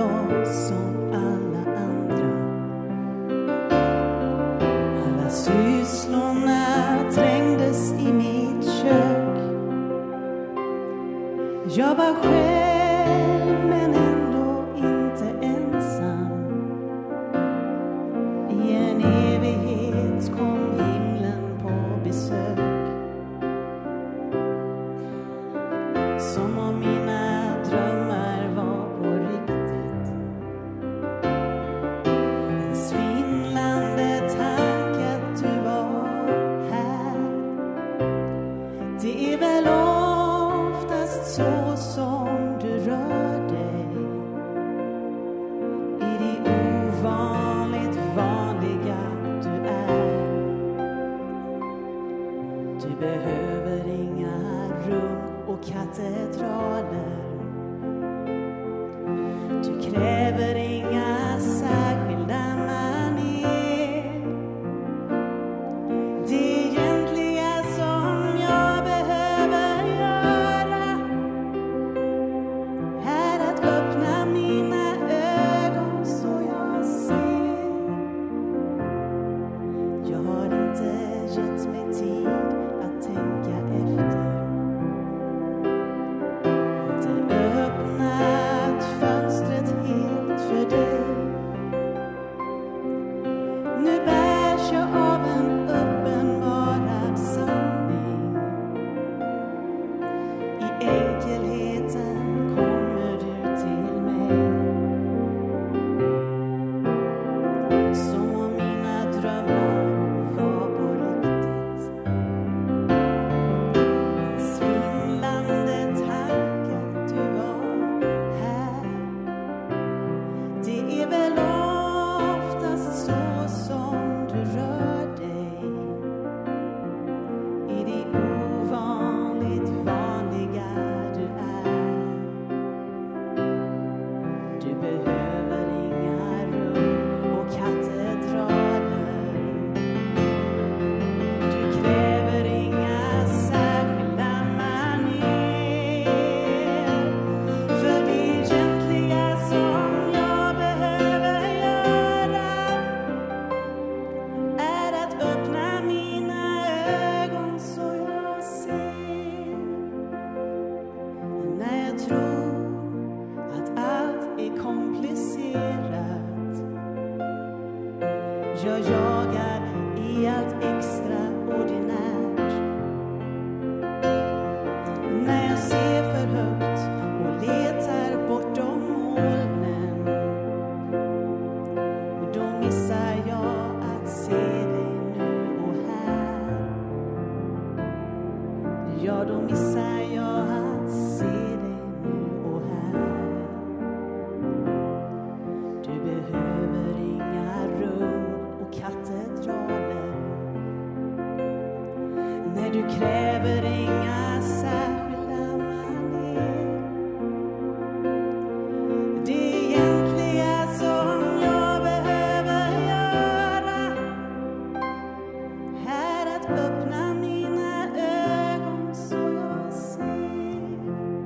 dag som alla andra. Alla sysslorna trängdes i mitt kök. Jag var själv men ändå inte ensam. I en evighet kom himlen på besök. Som om mina drömmar var på riktigt. En svindlande tanke att du var här. Det är väl oftast så som du rör dig. I det ovanligt vanliga du är. Du behöver inga rum och katedraler. Du kräver inga särskilda manér. Det egentliga som jag behöver göra är att öppna mina ögon så jag ser. Jag har inte gett mig tid att tänka efter. Inte öppnat fönstret helt för dig. Nu bärs jag av en uppenbara sanning. I enkelheten kommer du till mig. Som om mina drömmar var på riktigt. En svindlande tanke att du var här. Det är väl oftast så som du rör dig. I det ovanligt vanliga du är. Du behöver inga rum och katedraler. Du kräver inga särskilda manér. För det egentliga som jag behöver göra är att öppna mina ögon så jag ser. När jag tror att allt är komplicerat. Jag jagar i allt extraordinärt. När jag ser för högt och letar bortom molnen. Då missar jag att se dig nu och här. Ja, då missar jag att se dig nu och här. Du behöver inga rum och katedraler. När du kräver inga särskilda manér. Det egentliga som jag behöver göra är att öppna mina ögon så jag ser.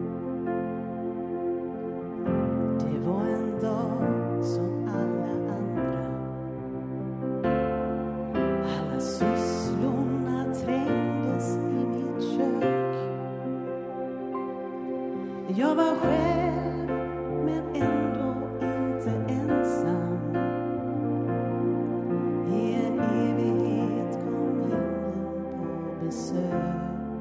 Det var en dag som alla andra. Alla sysslorna trängdes i mitt kök. Jag var själv men ändå inte ensam. I en evighet kom himlen på besök.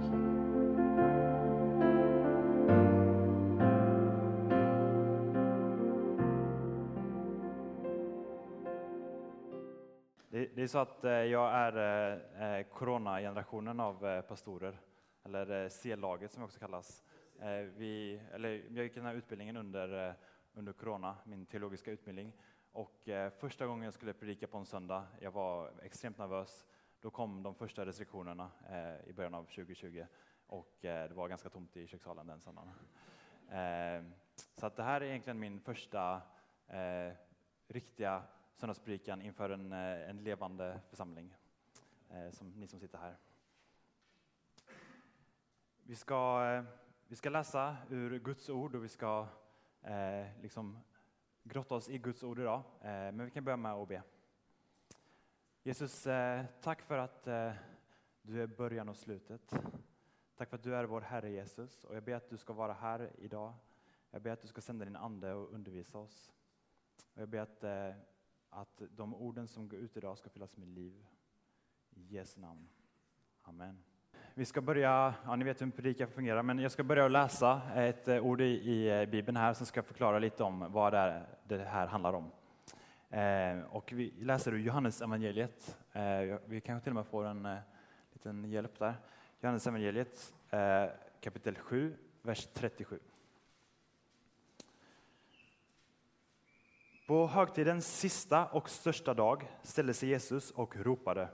Det är så att jag är coronagenerationen av pastorer, eller C-laget som också kallas. Jag gick den här utbildningen under corona, min teologiska utbildning. Och första gången jag skulle predika på en söndag, jag var extremt nervös. Då kom de första restriktionerna i början av 2020. Och det var ganska tomt i kökssalen den söndagen. Så att det här är egentligen min första riktiga söndagspredikan inför en levande församling. Som ni som sitter här. Vi ska läsa ur Guds ord och vi ska grotta oss i Guds ord idag, men vi kan börja med att be. Jesus, tack för att du är början och slutet. Tack för att du är vår Herre Jesus, och jag ber att du ska vara här idag. Jag ber att du ska sända din ande och undervisa oss. Och jag ber att de orden som går ut idag ska fyllas med liv. I Jesu namn. Amen. Vi ska börja, ni vet hur en predikan fungerar, men jag ska börja att läsa ett ord i Bibeln här som ska förklara lite om vad det här handlar om. Och vi läser ur Johannes evangeliet. Vi kanske till och med får en liten hjälp där. Johannes evangeliet kapitel 7, vers 37. På högtidens sista och största dag ställde sig Jesus och ropade: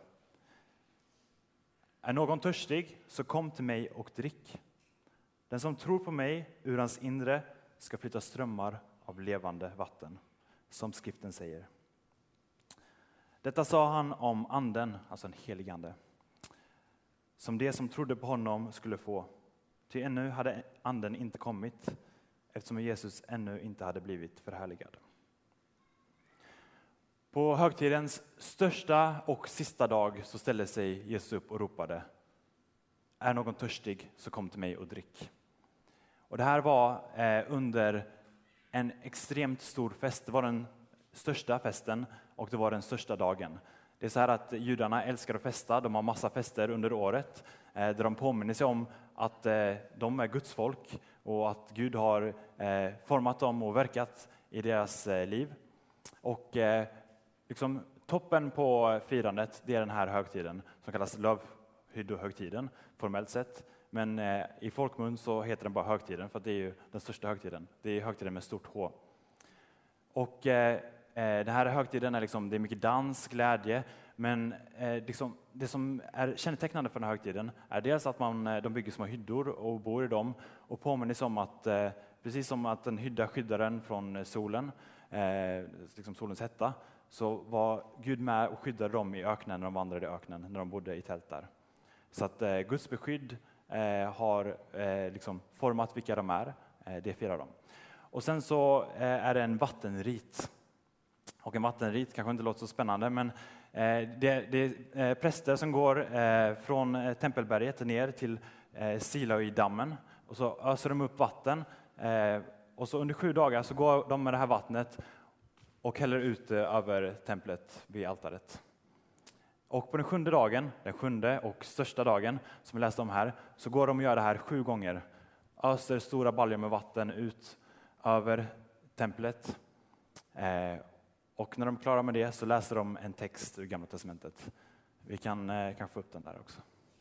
Är någon törstig, så kom till mig och drick. Den som tror på mig, ur hans inre ska flyta strömmar av levande vatten, som skriften säger. Detta sa han om anden, alltså en helig ande, som det som trodde på honom skulle få. Ty ännu hade anden inte kommit, eftersom Jesus ännu inte hade blivit förhärligad. På högtidens största och sista dag så ställde sig Jesus upp och ropade: Är någon törstig, så kom till mig och drick. Och det här var under en extremt stor fest. Det var den största festen och det var den största dagen. Det är så här att judarna älskar att festa. De har massa fester under året där de påminner sig om att de är Guds folk och att Gud har format dem och verkat i deras liv. Och liksom toppen på firandet, det är den här högtiden som kallas lövhyddohögtiden formellt sett. Men i folkmun så heter den bara högtiden, för att det är ju den största högtiden. Det är högtiden med stort H. Och den här högtiden är liksom, det är mycket dans, glädje. Men liksom, det som är kännetecknande för den här högtiden är dels att de bygger små hyddor och bor i dem. Och påminner sig om att, precis som att en hydda skyddar den från solen, liksom solens hetta, så var Gud med och skyddade dem i öknen när de vandrade i öknen, när de bodde i tält där. Så att Guds beskydd har liksom format vilka de är, det firar de. Och sen så är det en vattenrit. Och en vattenrit kanske inte låter så spännande, men det är präster som går från Tempelberget ner till Siloidammen, och så öser de upp vatten. Och så under 7 dagar så går de med det här vattnet och häller ut över templet vid altaret. Och på den 7:e dagen, den 7:e och största dagen som vi läste om här, så går de och gör det här 7 gånger. Öser stora baljor med vatten ut över templet. Och när de är klara med det så läser de en text ur Gamla testamentet. Vi kan få upp den där också.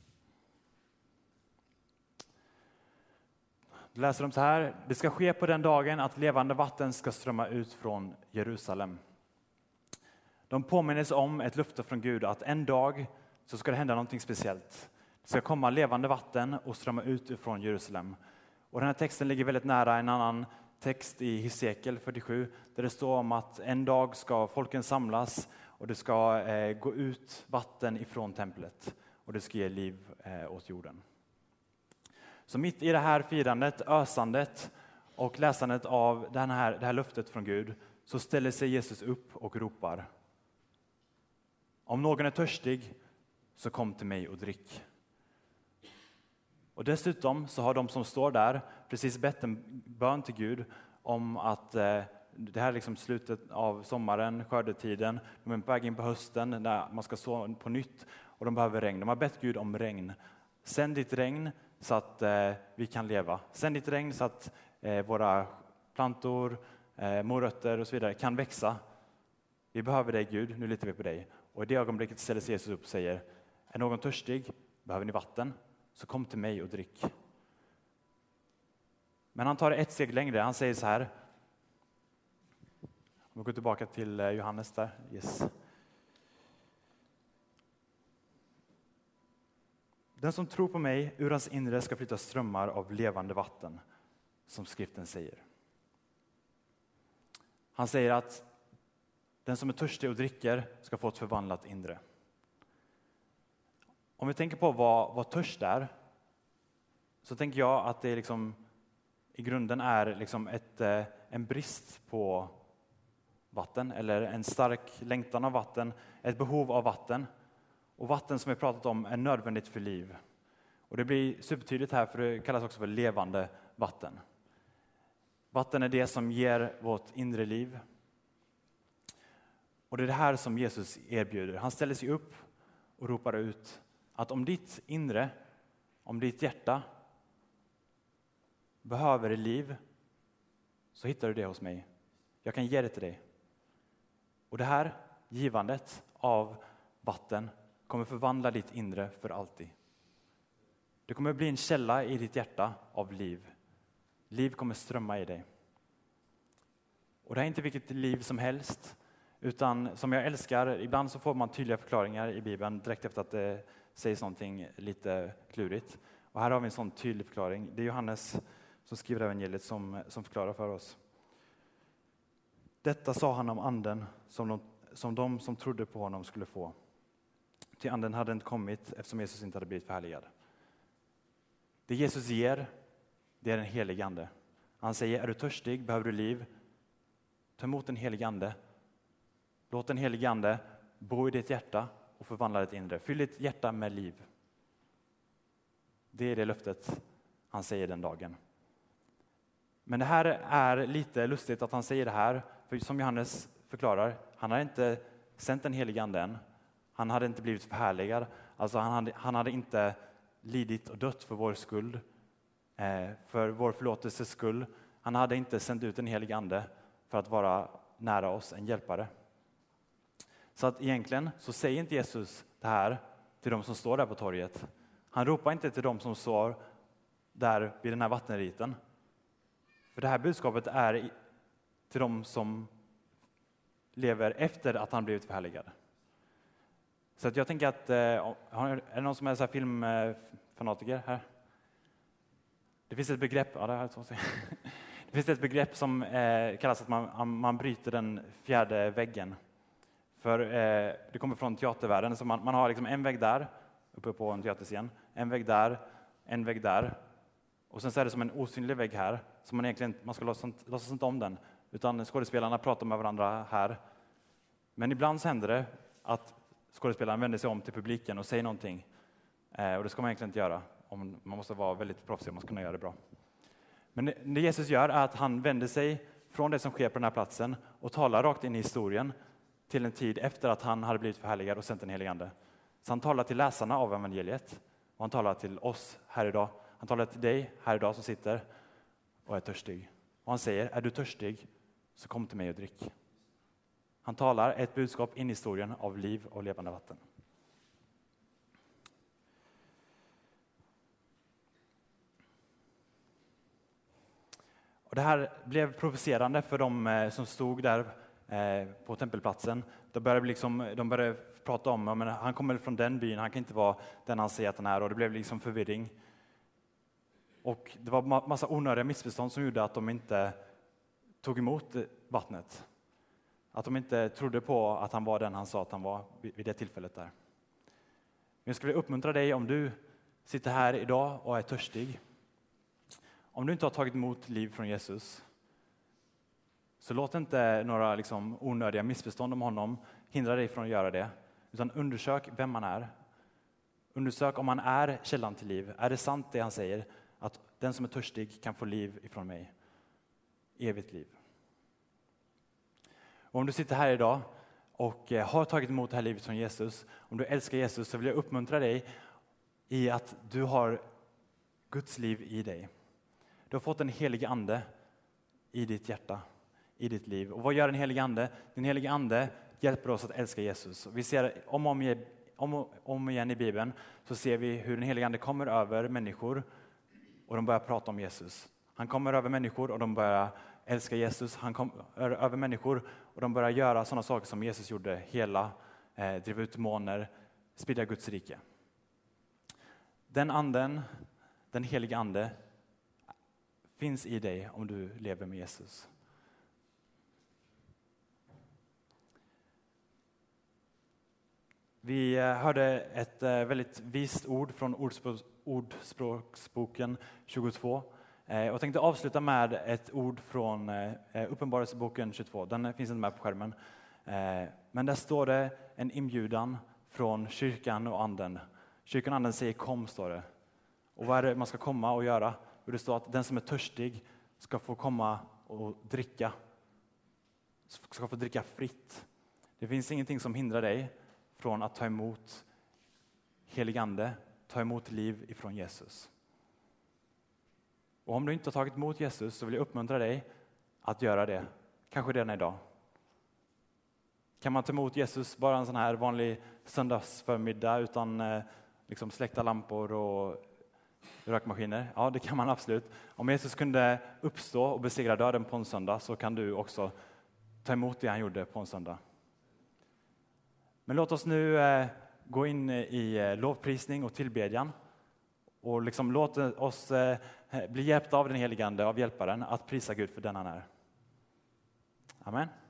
Då läser de så här: Det ska ske på den dagen att levande vatten ska strömma ut från Jerusalem. De påminner om ett löfte från Gud att en dag så ska det hända någonting speciellt. Det ska komma levande vatten och strömma ut från Jerusalem. Och den här texten ligger väldigt nära en annan text i Hesekiel 47, där det står om att en dag ska folken samlas och det ska gå ut vatten ifrån templet och det ska ge liv åt jorden. Så mitt i det här firandet, ösandet och läsandet av det här löftet från Gud, så ställer sig Jesus upp och ropar: Om någon är törstig, så kom till mig och drick. Och dessutom så har de som står där precis bett en bön till Gud om att det här är liksom slutet av sommaren, skördetiden. De är på väg in på hösten där man ska så på nytt och de behöver regn. De har bett Gud om regn. Sänd ditt regn så att vi kan leva. Sänd ditt regn så att våra plantor, morötter och så vidare kan växa. Vi behöver dig Gud, nu litar vi på dig. Och i det ögonblicket ställer sig Jesus upp och säger: Är någon törstig? Behöver ni vatten? Så kom till mig och drick. Men han tar det ett steg längre. Han säger så här. Om vi går tillbaka till Johannes där. Yes. Den som tror på mig, ur hans inre ska flyta strömmar av levande vatten, som skriften säger. Han säger att den som är törstig och dricker ska få ett förvandlat inre. Om vi tänker på vad törst är, så tänker jag att det liksom, i grunden är liksom en brist på vatten, eller en stark längtan av vatten, ett behov av vatten. Och vatten som vi pratat om är nödvändigt för liv. Och det blir supertydligt här, för det kallas också för levande vatten. Vatten är det som ger vårt inre liv. Och det är det här som Jesus erbjuder. Han ställer sig upp och ropar ut att om ditt inre, om ditt hjärta behöver liv, så hittar du det hos mig. Jag kan ge det till dig. Och det här givandet av vatten kommer förvandla ditt inre för alltid. Det kommer bli en källa i ditt hjärta av liv. Liv kommer strömma i dig. Och det är inte vilket liv som helst, utan som jag älskar, ibland så får man tydliga förklaringar i Bibeln direkt efter att det sägs någonting lite klurigt. Och här har vi en sån tydlig förklaring. Det är Johannes som skriver evangeliet som förklarar för oss. Detta sa han om anden som de som trodde på honom skulle få. Till anden hade inte kommit eftersom Jesus inte hade blivit förhärligad. Det Jesus ger, det är den helige ande. Han säger, är du törstig, behöver du liv? Ta emot den helige ande. Låt den helige ande bo i ditt hjärta och förvandla ditt inre. Fyll ditt hjärta med liv. Det är det löftet han säger den dagen. Men det här är lite lustigt att han säger det här. För som Johannes förklarar, han har inte sänt den helige ande än. Han hade inte blivit förhärligad. Alltså han hade inte lidit och dött för vår skuld. För vår förlåtelses skull. Han hade inte sänt ut en helig ande för att vara nära oss, en hjälpare. Så att egentligen så säger inte Jesus det här till de som står där på torget. Han ropar inte till de som står där vid den här vattenriten. För det här budskapet är till de som lever efter att han blivit förhärligad. Så att jag tänker att, är det någon som är så här filmfanatiker här? Det finns ett begrepp, det finns ett begrepp som kallas att man bryter den fjärde väggen. För det kommer från teatervärlden, så man har liksom en vägg där, uppe på en teaterscen, en vägg där, och sen så är det som en osynlig vägg här, som man ska låtsas inte om den, utan skådespelarna pratar med varandra här. Men ibland så händer det att skådespelaren vänder sig om till publiken och säger någonting, och det ska man egentligen inte göra. Man måste vara väldigt proffsig om man ska kunna göra det bra. Men det Jesus gör är att han vänder sig från det som sker på den här platsen och talar rakt in i historien till en tid efter att han hade blivit förhärligad och sänt en helig ande. Så han talar till läsarna av evangeliet, och han talar till oss här idag. Han talar till dig här idag som sitter och är törstig. Och han säger, är du törstig så kom till mig och drick. Han talar ett budskap in i historien av liv och levande vatten. Och det här blev provocerande för de som stod där på tempelplatsen. De började prata om, men han kommer från den byn, han kan inte vara den han säger att han är, och det blev liksom förvirring. Och det var massa onödiga missförstånd som gjorde att de inte tog emot vattnet. Att de inte trodde på att han var den han sa att han var vid det tillfället där. Men jag skulle uppmuntra dig, om du sitter här idag och är törstig. Om du inte har tagit emot liv från Jesus, så låt inte några onödiga missförstånd om honom hindra dig från att göra det. Utan undersök vem han är. Undersök om han är källan till liv. Är det sant det han säger? Att den som är törstig kan få liv ifrån mig. Evigt liv. Och om du sitter här idag och har tagit emot det här livet från Jesus. Om du älskar Jesus, så vill jag uppmuntra dig i att du har Guds liv i dig. Du har fått en helig ande i ditt hjärta, i ditt liv. Och vad gör den helige ande? Den helige ande hjälper oss att älska Jesus. Vi ser om igen i Bibeln, så ser vi hur den helige ande kommer över människor och de börjar prata om Jesus. Han kommer över människor och de börjar älska Jesus. Han kommer över människor och de börjar göra sådana saker som Jesus gjorde. Driva ut demoner, sprida Guds rike. Den anden, den helige ande, finns i dig om du lever med Jesus. Vi hörde ett väldigt vist ord från Ordspråksboken 22. Jag tänkte avsluta med ett ord från Uppenbarelseboken 22. Den finns inte med på skärmen. Men där står det en inbjudan från kyrkan och anden. Kyrkan och anden säger kom, står det. Och vad är det man ska komma och göra? Och det står att den som är törstig ska få komma och dricka. Ska få dricka fritt. Det finns ingenting som hindrar dig från att ta emot helig ande, ta emot liv ifrån Jesus. Och om du inte har tagit emot Jesus så vill jag uppmuntra dig att göra det. Kanske redan idag. Kan man ta emot Jesus bara en sån här vanlig söndagsförmiddag utan liksom släckta lampor och rökmaskiner? Ja, det kan man absolut. Om Jesus kunde uppstå och besegra döden på en söndag så kan du också ta emot det han gjorde på en söndag. Men låt oss nu gå in i lovprisning och tillbedjan. Och liksom låt oss bli hjälpta av den helige Ande, av hjälparen, att prisa Gud för den han är. Amen.